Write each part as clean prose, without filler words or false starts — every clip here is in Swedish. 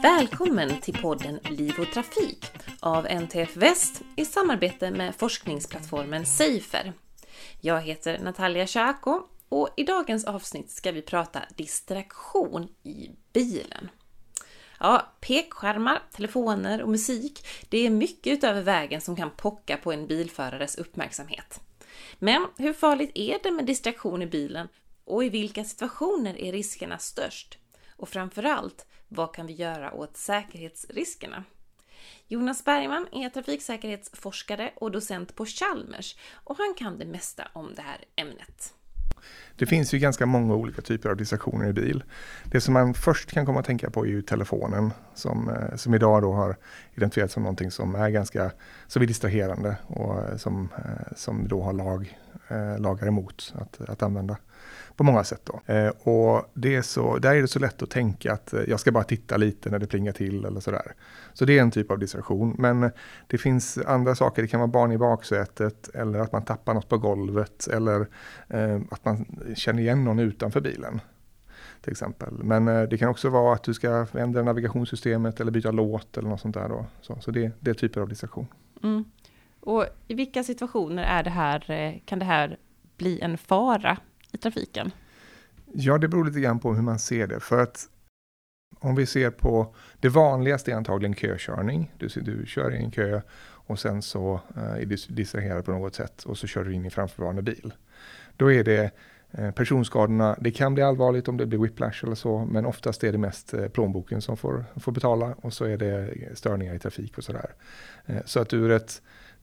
Välkommen till podden Liv och Trafik av NTF Väst i samarbete med forskningsplattformen Safer. Jag heter Natalia Tjako och i dagens avsnitt ska vi prata distraktion i bilen. Ja, pekskärmar, telefoner och musik, det är mycket utöver vägen som kan pocka på en bilförares uppmärksamhet. Men hur farligt är det med distraktion i bilen och i vilka situationer är riskerna störst? Och framförallt, vad kan vi göra åt säkerhetsriskerna? Jonas Bergman är trafiksäkerhetsforskare och docent på Chalmers och han kan det mesta om det här ämnet. Det finns ju ganska många olika typer av distraktioner i bil. Det som man först kan komma att tänka på är ju telefonen som idag då har identifierats som någonting som är ganska så distraherande och som då har lagar emot att använda på många sätt då. Och där är det så lätt att tänka att jag ska bara titta lite när det plingar till eller sådär. Så det är en typ av distraktion. Men det finns andra saker. Det kan vara barn i baksätet eller att man tappar något på golvet eller att man känner igen någon utanför bilen till exempel. Men det kan också vara att du ska ändra navigationssystemet eller byta låt eller något sånt där då. Så det är typer av distraktion. Mm. Och i vilka situationer kan det här bli en fara i trafiken? Ja, det beror lite grann på hur man ser det. För att om vi ser på det vanligaste är antagligen kökörning. Du kör i en kö och sen så är du distraherad på något sätt och så kör du in i framförvarande bil. Då är det personskadorna. Det kan bli allvarligt om det blir whiplash eller så, men oftast är det mest plånboken som får betala och så är det störningar i trafik och sådär. Så att ur ett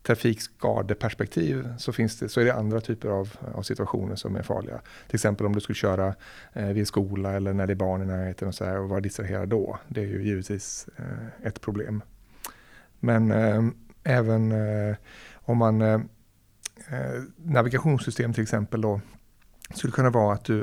trafikskadeperspektiv så är det andra typer av situationer som är farliga. Till exempel om du skulle köra vid skola eller när det är barn i närheten och så här och vara distraherad då. Det är ju givetvis ett problem. Men även om man navigationssystem till exempel då skulle kunna vara att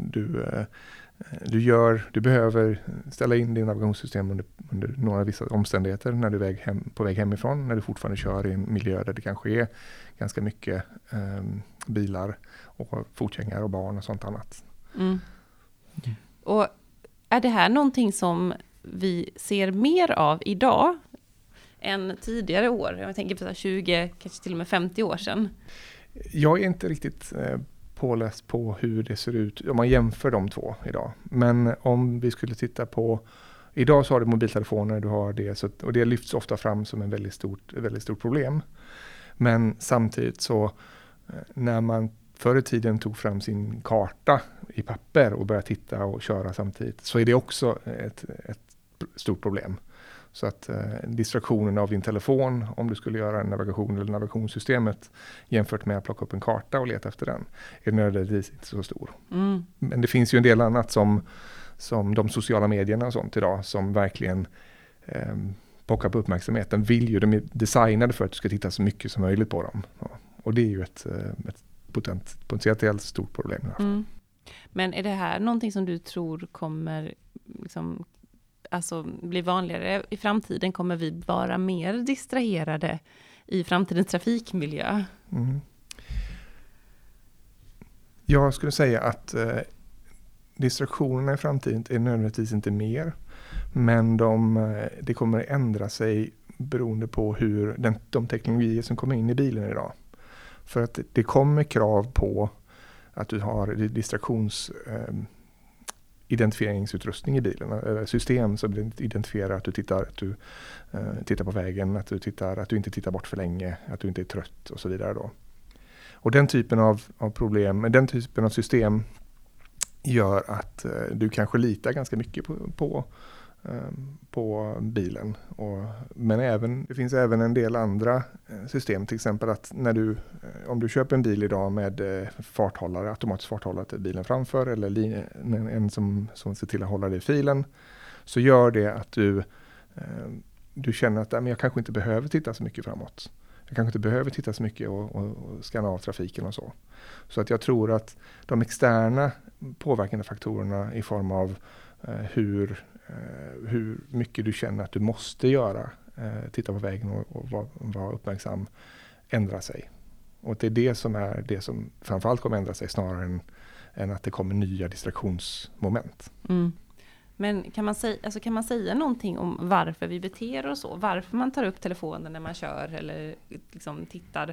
du behöver ställa in din navigationssystem under några vissa omständigheter när du är på väg hemifrån, när du fortfarande kör i en miljö där det kanske är ganska mycket bilar och fotgängare och barn och sånt annat. Mm. Och är det här någonting som vi ser mer av idag än tidigare år? Jag tänker på 20, kanske till och med 50 år sedan. Jag är inte riktigt påläst på hur det ser ut om man jämför de två idag. Men om vi skulle titta på idag så har du mobiltelefoner, du har det och det lyfts ofta fram som en väldigt stort problem. Men samtidigt så när man förr i tiden tog fram sin karta i papper och började titta och köra samtidigt så är det också ett stort problem. Så att distraktionen av din telefon, om du skulle göra en navigation eller navigationssystemet jämfört med att plocka upp en karta och leta efter den, är nödvändigtvis inte så stor. Mm. Men det finns ju en del annat som de sociala medierna och sånt idag som verkligen pockar på uppmärksamheten. De är designade för att du ska titta så mycket som möjligt på dem. Ja. Och det är ju ett potentiellt stort problem. Mm. Men är det här någonting som du tror kommer bli vanligare i framtiden? Kommer vi vara mer distraherade i framtidens trafikmiljö? Mm. Jag skulle säga att distraktionerna i framtiden är nödvändigtvis inte mer. Men det kommer ändra sig beroende på hur de teknologier som kommer in i bilen idag. För att det kommer krav på att du har identifieringsutrustning i bilen, system som identifierar att du tittar på vägen, att du inte tittar bort för länge, att du inte är trött och så vidare då. Och den typen av problem, den typen av system gör att du kanske litar ganska mycket på bilen. Men det finns även en del andra system, till exempel att om du köper en bil idag med automatisk farthållare till bilen framför eller en som ser till att hålla dig i filen, så gör det att du känner att jag kanske inte behöver titta så mycket framåt. Jag kanske inte behöver titta så mycket och scanna av trafiken och så. Så att jag tror att de externa påverkande faktorerna i form av hur mycket du känner att du måste göra, titta på vägen och vara uppmärksam, ändra sig. Och det är det som framförallt kommer ändra sig snarare än att det kommer nya distraktionsmoment. Mm. Men kan man säga någonting om varför vi beter oss så? Varför man tar upp telefonen när man kör eller liksom tittar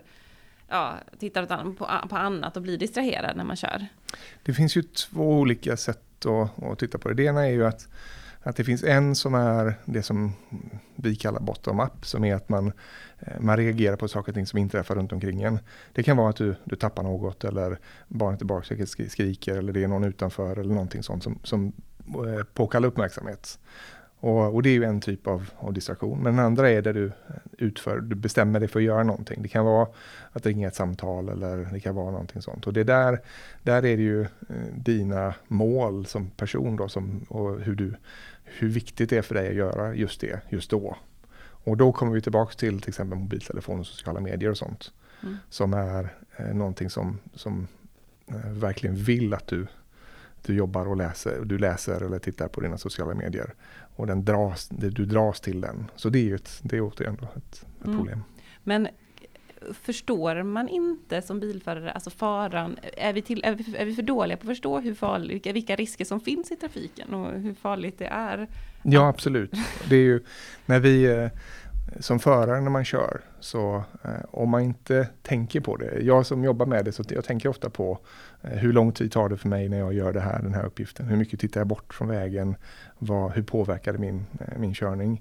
på annat och blir distraherad när man kör? Det finns ju 2 olika sätt att titta på det. Det ena är ju att det finns en som är det som vi kallar bottom-up, som är att man reagerar på saker och ting som inträffar runt omkring en. Det kan vara att du tappar något, eller barnet i baksätet skriker, eller det är någon utanför eller någonting sånt som påkallar uppmärksamhet. Och det är ju en typ av distraktion. Men den andra är där du bestämmer dig för att göra någonting. Det kan vara att ringa ett samtal, eller det kan vara någonting sånt. Och det där är det ju dina mål som person då, och hur viktigt det är för dig att göra just det, just då. Och då kommer vi tillbaka till exempel mobiltelefon och sociala medier och sånt. Som är någonting som verkligen vill att du jobbar och läser eller tittar på dina sociala medier. Och du dras till den. Så det är återigen ett problem. Men förstår man inte som bilförare, alltså faran, är vi för dåliga på att förstå vilka risker som finns i trafiken och hur farligt det är? Ja, absolut. Det är ju när vi som förare när man kör, så om man inte tänker på det. Jag som jobbar med det, så jag tänker ofta på hur lång tid tar det för mig när jag gör den här uppgiften. Hur mycket tittar jag bort från vägen? Hur påverkar det min körning?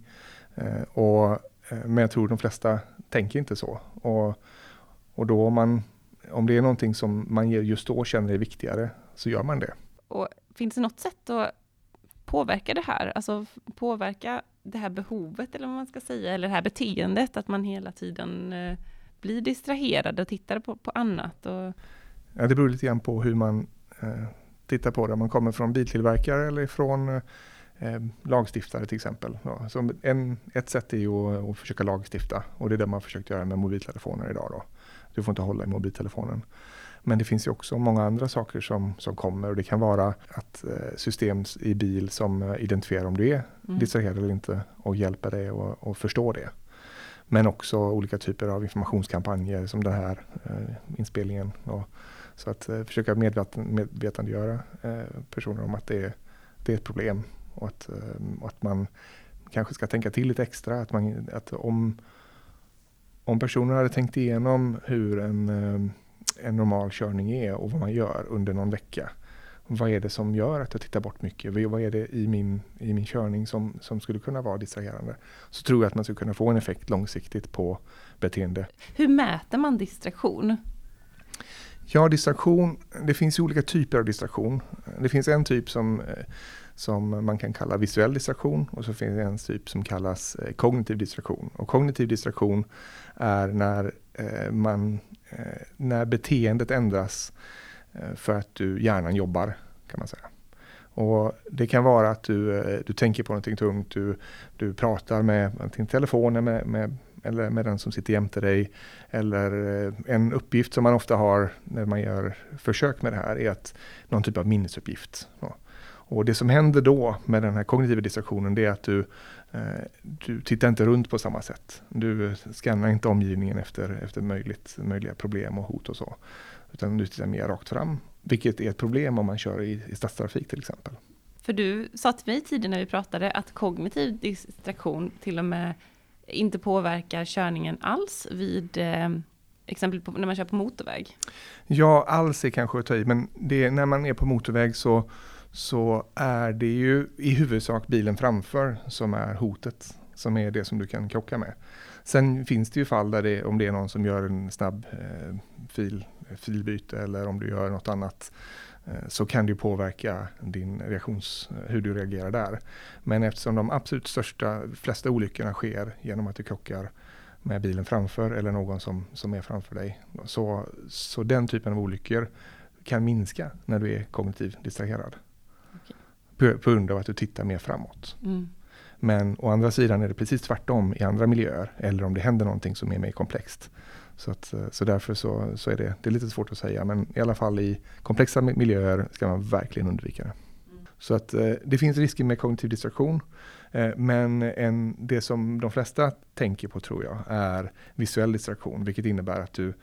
Men jag tror de flesta tänker inte så. Och då om det är någonting som man just då känner är viktigare, så gör man det. Och finns det något sätt att påverka det här? Alltså påverka det här behovet, eller vad man ska säga, eller det här beteendet, att man hela tiden blir distraherad och tittar på annat? Ja, det beror lite grann på hur man tittar på det. Om man kommer från biltillverkare eller från lagstiftare till exempel. Ja, så ett sätt är ju att försöka lagstifta, och det är det man har försökt göra med mobiltelefoner idag då. Du får inte hålla i mobiltelefonen. Men det finns ju också många andra saker som kommer, och det kan vara att system i bil som identifierar om du är distraherad eller inte och hjälper dig att förstå det. Men också olika typer av informationskampanjer som den här inspelningen. Så att försöka medvetandegöra personer om att det är ett problem, och att man kanske ska tänka till lite extra. Att om personer hade tänkt igenom hur en normal körning är och vad man gör under någon vecka. Vad är det som gör att jag tittar bort mycket? Vad är det i min körning som skulle kunna vara distraherande? Så tror jag att man skulle kunna få en effekt långsiktigt på beteende. Hur mäter man distraktion? Ja, distraktion. Det finns ju olika typer av distraktion. Det finns en typ som man kan kalla visuell distraktion, och så finns det en typ som kallas kognitiv distraktion. Och kognitiv distraktion är när beteendet ändras för att hjärnan jobbar, kan man säga. Och det kan vara att du tänker på någonting tungt, du pratar med telefonen eller med den som sitter jämte dig, eller en uppgift som man ofta har när man gör försök med det här är någon typ av minnesuppgift. Och det som händer då med den här kognitiva distraktionen, det är att du tittar inte runt på samma sätt. Du skannar inte omgivningen efter möjliga problem och hot och så. Utan du tittar mer rakt fram. Vilket är ett problem om man kör i stadstrafik till exempel. För du sa till mig tidigare när vi pratade att kognitiv distraktion till och med inte påverkar körningen alls vid exempel när man kör på motorväg. Ja, alls är kanske att ta i. Men när man är på motorväg så är det ju i huvudsak bilen framför som är hotet, som är det som du kan krocka med. Sen finns det ju fall där om det är någon som gör en snabb filbyte, eller om du gör något annat, så kan det påverka din hur du reagerar där. Men eftersom de absolut flesta olyckorna sker genom att du krockar med bilen framför eller någon som är framför dig, så den typen av olyckor kan minska när du är kognitivt distraherad. På grund av att du tittar mer framåt. Men å andra sidan är det precis tvärtom i andra miljöer, eller om det händer någonting som är mer komplext. Så därför så är det är lite svårt att säga, men i alla fall i komplexa miljöer ska man verkligen undvika det. Så att det finns risker med kognitiv distraktion, men det som de flesta tänker på, tror jag, är visuell distraktion, vilket innebär att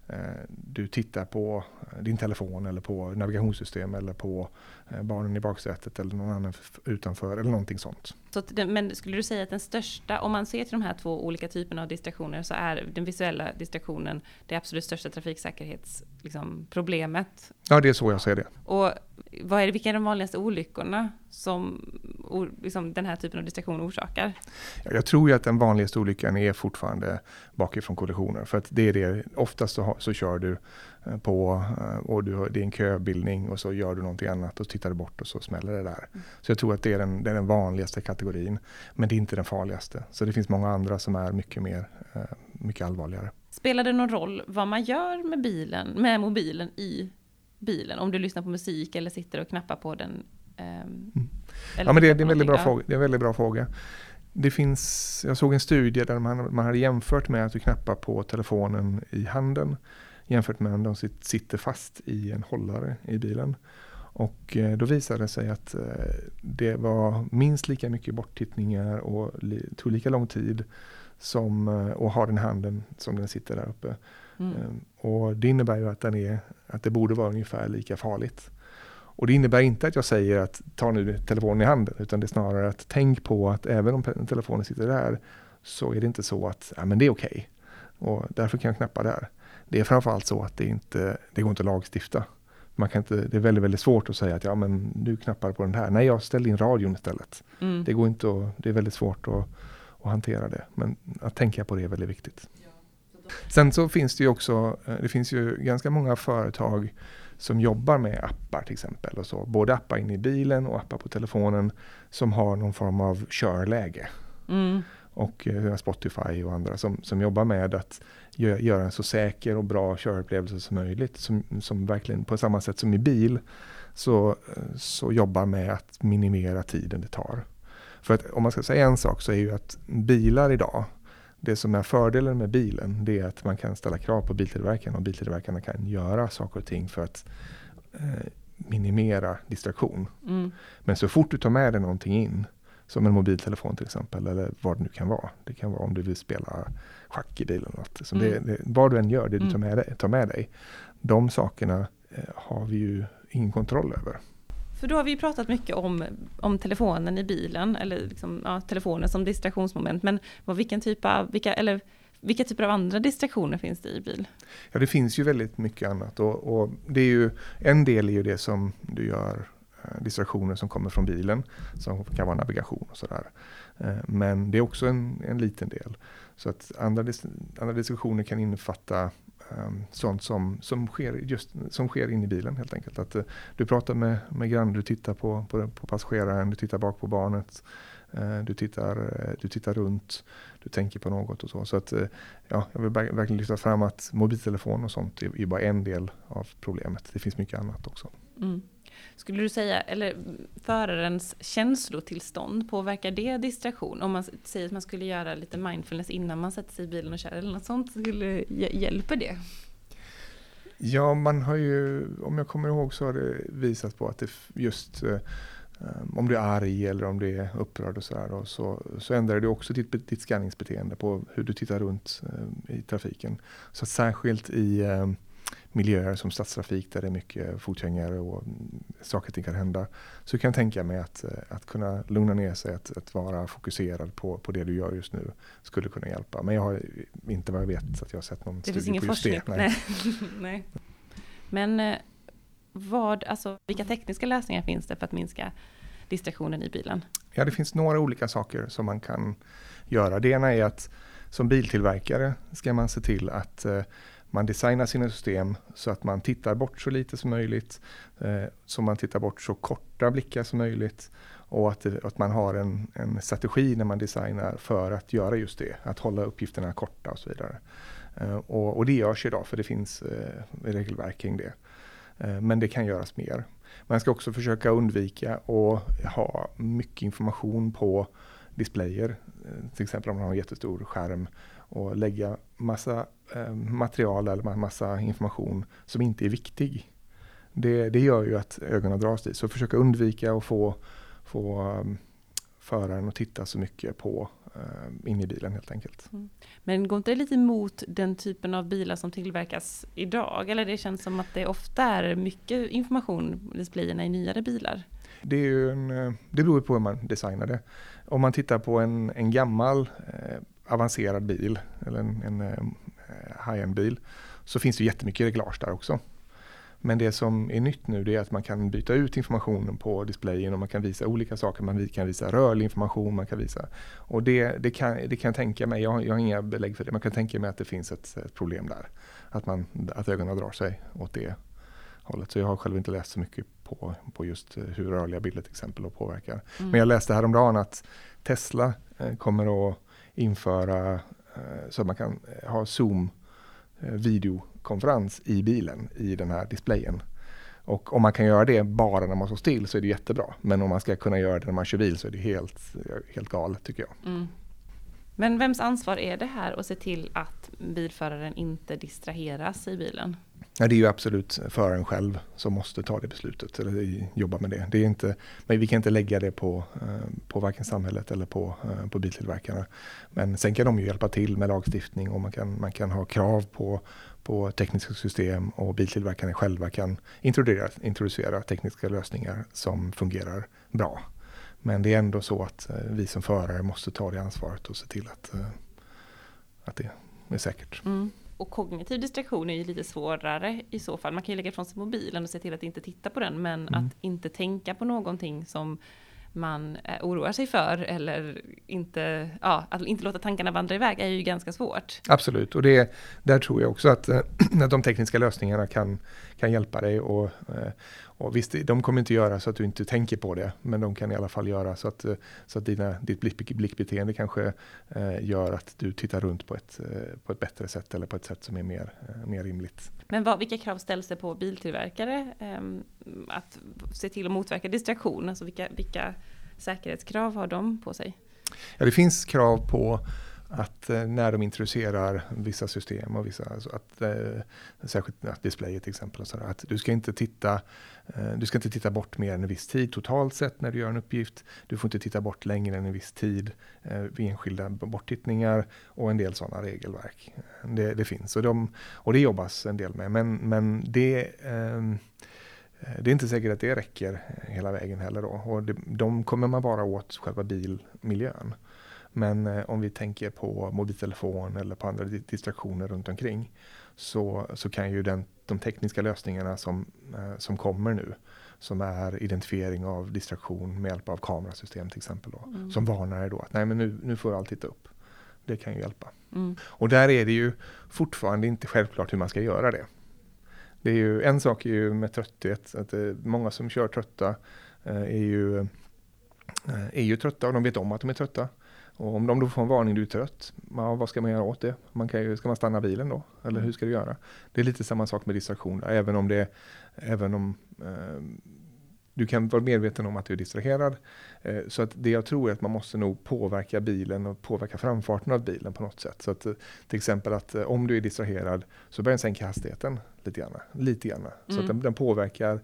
du tittar på din telefon eller på navigationssystem eller på barnen i baksätet eller någon annan utanför eller någonting sånt. Så men skulle du säga att den största, om man ser till de här två olika typerna av distraktioner, så är den visuella distraktionen det absolut största trafiksäkerhetsproblemet? Ja, det är så jag ser det. Och vilka är de vanligaste olyckorna som den här typen av distraktion orsakar? Jag tror ju att den vanligaste olyckan är fortfarande bakifrån kollisioner. För att det är det, oftast så kör du på och det är en köbildning och så gör du någonting annat och tittar du bort och så smäller det där. Så jag tror att det är den vanligaste kategorin, men det är inte den farligaste. Så det finns många andra som är mycket allvarligare. Spelar det någon roll vad man gör med mobilen i bilen? Om du lyssnar på musik eller sitter och knappar på den? Ja, men det är en väldigt bra fråga. Det är en väldigt bra fråga. Jag såg en studie där man hade jämfört med att du knappar på telefonen i handen jämfört med om de sitter fast i en hållare i bilen. Och då visade det sig att det var minst lika mycket borttittningar och tog lika lång tid som att ha den handen som den sitter där uppe. Och det innebär ju att det borde vara ungefär lika farligt. Och det innebär inte att jag säger att ta nu telefonen i handen, utan det är snarare att tänk på att även om telefonen sitter där så är det inte så att men det är okej. Och därför kan jag knappa där. Det är framförallt så att det går inte att lagstifta. Det är väldigt, väldigt svårt att säga att men du knappar på den här. Nej, jag ställer in radion istället. Det går inte det är väldigt svårt att hantera det. Men att tänka på det är väldigt viktigt. Sen så finns det ju också, det finns ju ganska många företag som jobbar med appar till exempel. Och så. Både appar in i bilen och appar på telefonen som har någon form av körläge. Och Spotify och andra som jobbar med att göra en så säker och bra körupplevelse som möjligt. Som verkligen på samma sätt som i bil så jobbar med att minimera tiden det tar. För att om man ska säga en sak så är ju att bilar idag, det som är fördelen med bilen, det är att man kan ställa krav på biltillverkarna och biltillverkarna kan göra saker och ting för att minimera distraktion. Men så fort du tar med dig någonting in, som en mobiltelefon till exempel, eller vad det nu kan vara. Det kan vara om du vill spela schack i bilen. Vad du än gör, det du tar med dig. De sakerna har vi ju ingen kontroll över. För då har vi ju pratat mycket om telefonen i bilen, eller telefonen som distraktionsmoment. Men vilka typer av andra distraktioner finns det i bil? Ja, det finns ju väldigt mycket annat. Och det är ju, en del är ju det som du gör, distraktioner som kommer från bilen, som kan vara navigation och sådär. Men det är också en liten del. Så att andra distraktioner kan innefatta sånt som sker in i bilen helt enkelt. Att du pratar med grann, du tittar på passageraren, du tittar bak på barnet, du tittar runt, du tänker på något och så. Så att jag vill verkligen lyfta fram att mobiltelefon och sånt är bara en del av problemet. Det finns mycket annat också. Skulle du säga, eller förarens känslotillstånd, påverkar det distraktion? Om man säger att man skulle göra lite mindfulness innan man sätter sig i bilen och kör eller något sånt, hjälper det? Ja, man har ju, om jag kommer ihåg så har det visat på att det just om du är arg eller om du är upprörd och sådär, så ändrar det också ditt scanningsbeteende på hur du tittar runt i trafiken. Så att särskilt i miljöer som stadstrafik där det är mycket fotgängare och saker som kan hända, så kan jag tänka mig att kunna lugna ner sig, att vara fokuserad på det du gör just nu skulle kunna hjälpa. Men jag har inte vad jag vet att jag har sett någon studie på just det. Nej. Men vilka tekniska lösningar finns det för att minska distraktionen i bilen? Ja, det finns några olika saker som man kan göra. Det ena är att som biltillverkare ska man se till att man designar sina system så att man tittar bort så lite som möjligt, så man tittar bort så korta blickar som möjligt, och att man har en strategi när man designar för att göra just det, att hålla uppgifterna korta och så vidare. Och det görs idag, för det finns regelverk kring det. Men det kan göras mer. Man ska också försöka undvika att ha mycket information på displayer, till exempel om man har en jättestor skärm, och lägga massa material eller massa information som inte är viktig. Det gör ju att ögonen dras dit. Så försöka undvika att få föraren att titta så mycket på in i bilen helt enkelt. Men går inte det lite emot den typen av bilar som tillverkas idag? Eller det känns som att det ofta är mycket information på displayerna i nyare bilar. Det beror på hur man designar det. Om man tittar på en gammal avancerad bil eller en high-end bil så finns det jättemycket reglage där också. Men det som är nytt nu det är att man kan byta ut informationen på displayen och man kan visa olika saker. Man kan visa rörlig information, man kan visa. Och det kan jag tänka mig, jag har inga belägg för det, man kan tänka mig att det finns ett problem där. Att ögonen drar sig åt det hållet. Så jag har själv inte läst så mycket på just hur rörliga bilder till exempel påverkar. Men jag läste häromdagen att Tesla kommer att införa så att man kan ha Zoom videokonferens i bilen i den här displayen. Och om man kan göra det bara när man står still så är det jättebra. Men om man ska kunna göra det när man kör bil så är det helt galet tycker jag. Men vems ansvar är det här att se till att bilföraren inte distraheras i bilen? Ja, det är ju absolut föraren själv som måste ta det beslutet eller jobba med det. Det är inte, men vi kan inte lägga det på varken samhället eller på biltillverkarna. Men sen kan de ju hjälpa till med lagstiftning och man kan ha krav på tekniska system och biltillverkarna själva kan introducera tekniska lösningar som fungerar bra. Men det är ändå så att vi som förare måste ta det ansvaret och se till att det är säkert. Och kognitiv distraktion är ju lite svårare i så fall. Man kan ju lägga ifrån sig mobilen och se till att inte titta på den. Men att inte tänka på någonting som man oroar sig för eller att inte låta tankarna vandra iväg är ju ganska svårt. Absolut, och där tror jag också att de tekniska lösningarna kan hjälpa dig och visst, de kommer inte göra så att du inte tänker på det, men de kan i alla fall göra så att ditt blickbeteende kanske gör att du tittar runt på ett bättre sätt eller på ett sätt som är mer rimligt. Men vilka krav ställs det på biltillverkare att se till att motverka distraktion? Alltså vilka säkerhetskrav har de på sig? Ja, det finns krav på att när de introducerar vissa system och särskilt displayer till exempel och så där, att du ska inte titta bort mer än en viss tid totalt sett när du gör en uppgift. Du får inte titta bort längre än en viss tid vid enskilda borttittningar och en del sådana regelverk. Det finns och det jobbas en del med, men det är inte säkert att det räcker hela vägen heller då. Och de kommer man bara åt själva bilmiljön. Men om vi tänker på mobiltelefon eller på andra distraktioner runt omkring så kan ju de tekniska lösningarna som kommer nu, som är identifiering av distraktion med hjälp av kamerasystem till exempel då, som varnar dig då att nej men nu får allt titta upp. Det kan ju hjälpa. Och där är det ju fortfarande inte självklart hur man ska göra det. Det är ju, en sak är ju med trötthet, att många som kör trötta är ju trötta och de vet om att de är trötta. Och om de då får en varning, du är trött, vad ska man göra åt det? Ska man stanna bilen då? Eller hur ska du göra? Det är lite samma sak med distraktion. Även om du kan vara medveten om att du är distraherad. Så att det jag tror är att man måste nog påverka bilen och påverka framfarten av bilen på något sätt. Så att till exempel att om du är distraherad så börjar den sänka hastigheten lite grann. Så att den påverkar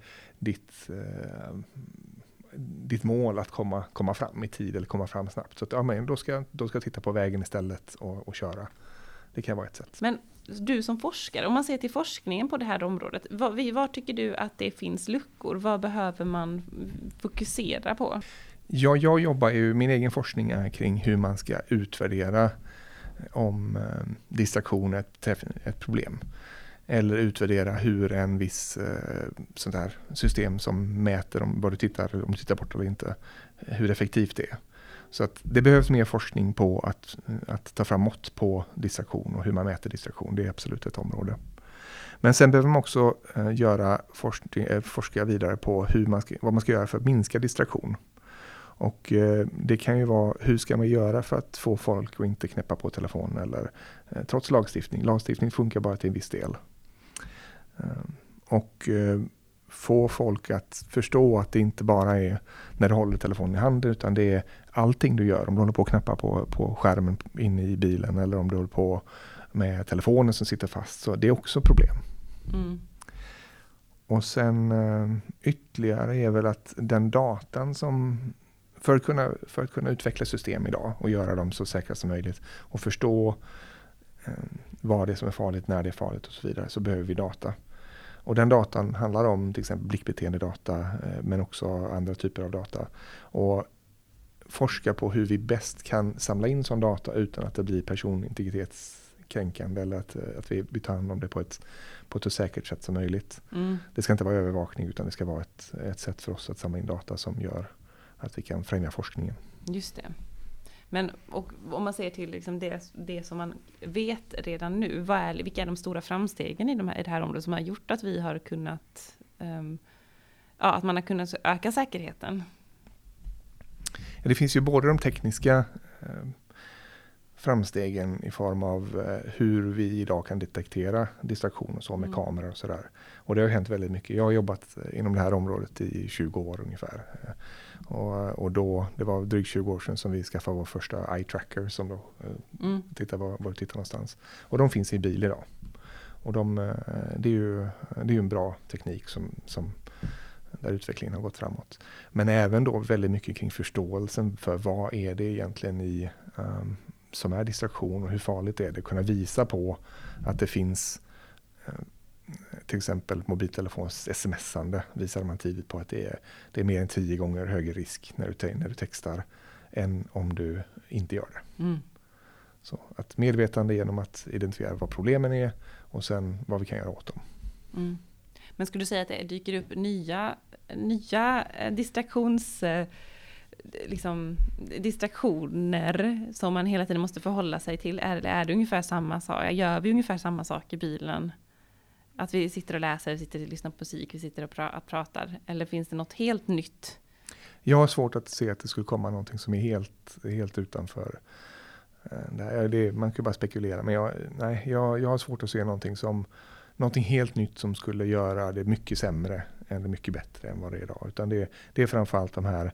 ditt mål att komma fram i tid eller komma fram snabbt. Så att då ska jag titta på vägen istället och köra. Det kan vara ett sätt. Men du som forskare, om man ser till forskningen på det här området, vad tycker du att det finns luckor? Vad behöver man fokusera på? Ja, jag jobbar ju, min egen forskning är kring hur man ska utvärdera om distraktion är ett problem. Eller utvärdera hur en viss sånt här system som mäter om du tittar bort eller inte, hur effektivt det är. Så att det behövs mer forskning på att ta fram mått på distraktion och hur man mäter distraktion. Det är absolut ett område. Men sen behöver man också forska vidare på vad man ska göra för att minska distraktion. Och det kan ju vara, hur ska man göra för att få folk att inte knäppa på telefonen eller trots lagstiftning. Lagstiftning funkar bara till en viss del. Och få folk att förstå att det inte bara är när du håller telefonen i handen, utan det är allting du gör. Om du håller på att knappa på skärmen inne i bilen eller om du håller på med telefonen som sitter fast, så det är också problem. Och sen ytterligare är väl att den datan som för att kunna utveckla system idag och göra dem så säkra som möjligt och förstå vad det är som är farligt, när det är farligt och så vidare, så behöver vi data. Och den datan handlar om till exempel blickbeteendedata, men också andra typer av data. Och forska på hur vi bäst kan samla in sån data utan att det blir personintegritetskränkande, eller att vi tar hand om det på ett så säkert sätt som möjligt. Det ska inte vara övervakning, utan det ska vara ett sätt för oss att samla in data som gör att vi kan främja forskningen. Just det. Men och om man ser till liksom det som man vet redan nu, vilka är de stora framstegen i det här området som har gjort att vi har kunnat att man har kunnat öka säkerheten? Ja, det finns ju både de tekniska framstegen i form av hur vi idag kan detektera distraktion och så med kameror och sådär. Och det har hänt väldigt mycket. Jag har jobbat inom det här området i 20 år ungefär. Och då, det var drygt 20 år sedan som vi skaffade vår första eye tracker som då tittar var du tittar någonstans. Och de finns i bil idag. Och det är ju en bra teknik som där utvecklingen har gått framåt. Men även då väldigt mycket kring förståelsen för vad är det egentligen som är distraktion och hur farligt är det. Kunna visa på att det finns till exempel mobiltelefons smsande visar man tidigt på att det är mer än 10 gånger högre risk när du textar än om du inte gör det. Så att medvetande genom att identifiera vad problemen är och sen vad vi kan göra åt dem. Men skulle du säga att det dyker upp nya distraktioner som man hela tiden måste förhålla sig till? Eller är det ungefär samma sak? Gör vi ungefär samma sak i bilen? Att vi sitter och läser, vi sitter och lyssnar på musik, vi sitter och pratar? Eller finns det något helt nytt? Jag har svårt att se att det skulle komma någonting som är helt utanför. Man kan ju bara spekulera, men jag har svårt att se någonting helt nytt som skulle göra det mycket sämre eller mycket bättre än vad det är idag. Utan det är framförallt de här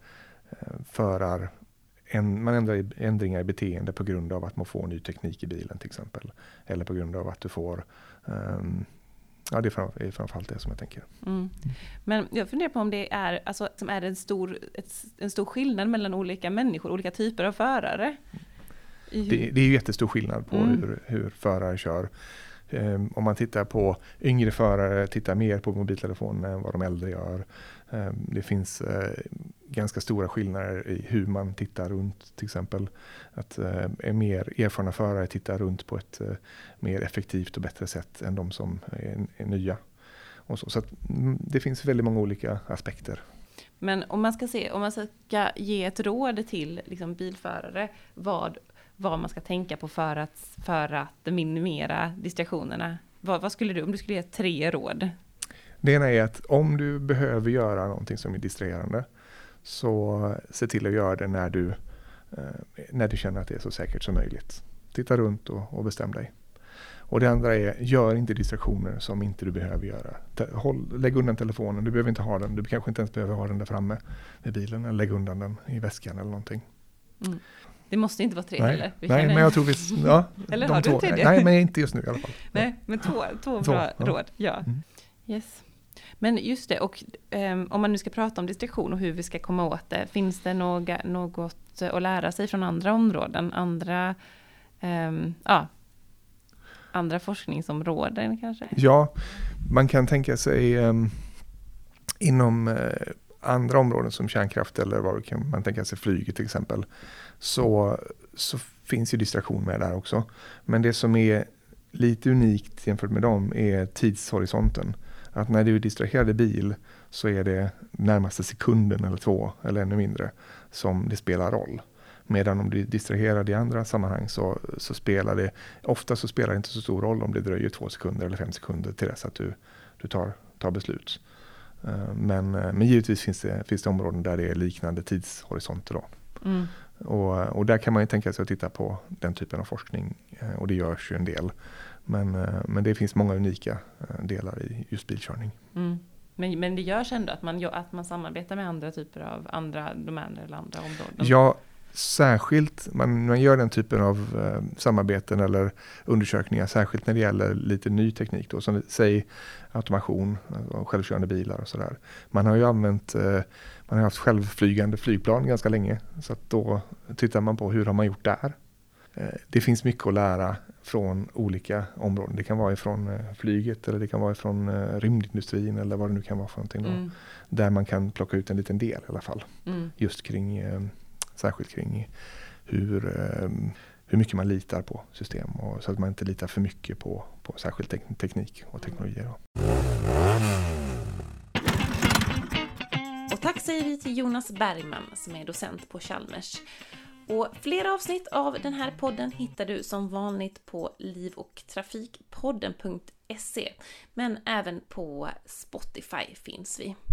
man ändringar i beteende på grund av att man får ny teknik i bilen till exempel. Eller på grund av att du får det är framförallt det som jag tänker. Men jag funderar på om det är, alltså, som är en stor skillnad mellan olika människor, olika typer av förare. Det är ju jättestor skillnad på hur förare kör. Om man tittar på yngre förare, tittar mer på mobiltelefonen än vad de äldre gör. Det finns ganska stora skillnader i hur man tittar runt till exempel. Att mer erfarna förare tittar runt på ett mer effektivt och bättre sätt än de som är nya. Och så att, det finns väldigt många olika aspekter. Men om man ska ge ett råd till liksom, bilförare, vad man ska tänka på för att minimera distraktionerna. Vad skulle du, om du skulle ge 3 råd? Det ena är att om du behöver göra någonting som är distraherande, så se till att göra det när du känner att det är så säkert som möjligt. Titta runt och bestäm dig. Och det andra är, gör inte distraktioner som inte du behöver göra. Lägg undan telefonen, du behöver inte ha den. Du kanske inte ens behöver ha den där framme i bilen, eller lägg undan den i väskan eller någonting. Det måste inte vara 3 heller. Nej, men jag tror visst. Ja, eller har du en tredje? Nej, men inte just nu i alla fall. Nej, men två bra råd. Ja. Yes. Men just det, och om man nu ska prata om distraktion och hur vi ska komma åt det, finns det något att lära sig från andra områden? Andra forskningsområden kanske? Ja, man kan tänka sig inom andra områden som kärnkraft, eller vad kan man tänka sig, flyget till exempel, så finns ju distraktion med där också. Men det som är lite unikt jämfört med dem är tidshorisonten. Att när du är distraherad i bil så är det närmaste sekunden eller 2 eller ännu mindre som det spelar roll. Medan om du är distraherad i andra sammanhang så spelar det, ofta så spelar det inte så stor roll om det dröjer 2 sekunder eller 5 sekunder till dess att du tar beslut. Men givetvis finns det områden där det är liknande tidshorisonter då. Och där kan man ju tänka sig att titta på den typen av forskning, och det görs ju en del. Men det finns många unika delar i just bilkörning. Men det görs ändå att man samarbetar med andra typer av andra domäner eller andra områden? Ja, särskilt man gör den typen av samarbeten eller undersökningar, särskilt när det gäller lite ny teknik då, som säg automation och självkörande bilar och sådär. Man har ju Man har haft självflygande flygplan ganska länge, så att då tittar man på hur har man gjort där. Det finns mycket att lära från olika områden. Det kan vara ifrån flyget eller det kan vara ifrån rymdindustrin eller vad det nu kan vara för någonting. Då, där man kan plocka ut en liten del i alla fall. Just kring, särskilt kring hur mycket man litar på system och så att man inte litar för mycket på särskild teknik och teknologier. Då. Och tack säger vi till Jonas Bergman som är docent på Chalmers. Och fler avsnitt av den här podden hittar du som vanligt på livochtrafikpodden.se, men även på Spotify finns vi.